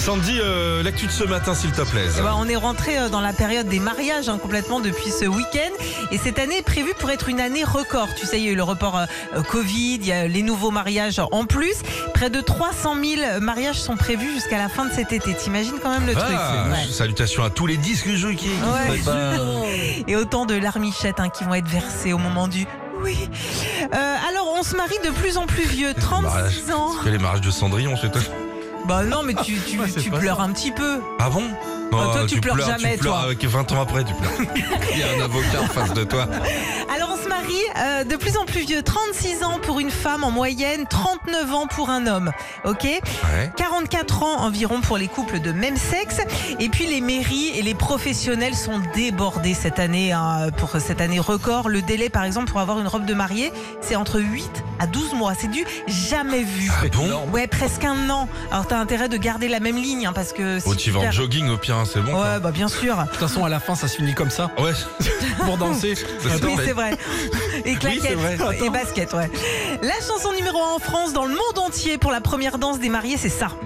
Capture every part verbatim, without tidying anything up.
Sandy, euh, l'actu de ce matin, s'il te plaît. Eh ben, on est rentré dans la période des mariages hein, complètement depuis ce week-end. Et cette année est prévue pour être une année record. Tu sais, il y a eu le report euh, Covid, il y a les nouveaux mariages en plus. Près de trois cent mille mariages sont prévus jusqu'à la fin de cet été. T'imagines quand même le ah, truc. Ouais. Salutations à tous les disques jeux qui, qui ouais. se préparent. Et autant de larmichettes hein, qui vont être versées au moment du... Oui. Euh, alors, on se marie de plus en plus vieux. trente-six ans. C'est les mariages de Cendrillon, c'est toi. Bah non, mais tu, tu, ouais, tu pleures ça. un petit peu. Ah bon? Non, toi, tu, tu pleures, pleures jamais, tu pleures toi. Avec vingt ans après, tu pleures. Il y a un avocat en face de toi. Alors, on se marie euh, de plus en plus vieux. trente-six ans pour une femme en moyenne, trente-neuf ans pour un homme. Ok? Ouais. quarante-quatre ans environ pour les couples de même sexe. Et puis, les mairies et les professionnels sont débordés cette année. Hein, pour cette année record. Le délai, par exemple, pour avoir une robe de mariée, c'est entre huit à douze mois. C'est du jamais vu. Ah bon? Ouais, presque un an. Alors, t'as intérêt de garder la même ligne, hein, parce que... Oh, tu vas en jogging au pire, hein, c'est bon. Ouais, quoi. bah bien sûr. De toute façon, à la fin, ça se finit comme ça. Ouais. Pour danser. Oui, c'est vrai. Et claquettes. Oui, vrai. Et basket, ouais. La chanson numéro un en France, dans le monde entier, pour la première danse des mariés, c'est ça.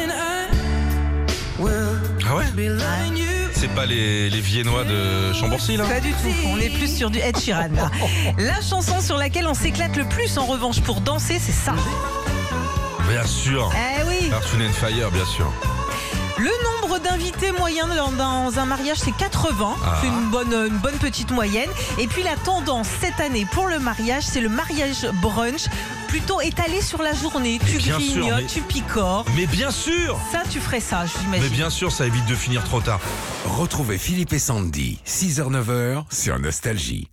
Ah ouais? C'est pas les, les Viennois de Chambourcy, là? Pas du tout. On est plus sur du Ed Sheeran, là. La chanson sur laquelle on s'éclate le plus, en revanche, pour danser, c'est ça. Bien sûr. Eh oui. Earth, Wind and Fire, bien sûr. Le nombre d'invités moyen dans un mariage, c'est quatre-vingts. Ah. C'est une bonne, une bonne petite moyenne. Et puis la tendance cette année pour le mariage, c'est le mariage brunch. Plutôt étalé sur la journée. Tu grignotes, mais... tu picores. Mais bien sûr. Ça, tu ferais ça, j'imagine. Mais bien sûr, ça évite de finir trop tard. Retrouvez Philippe et Sandy, six heures neuf heures sur Nostalgie.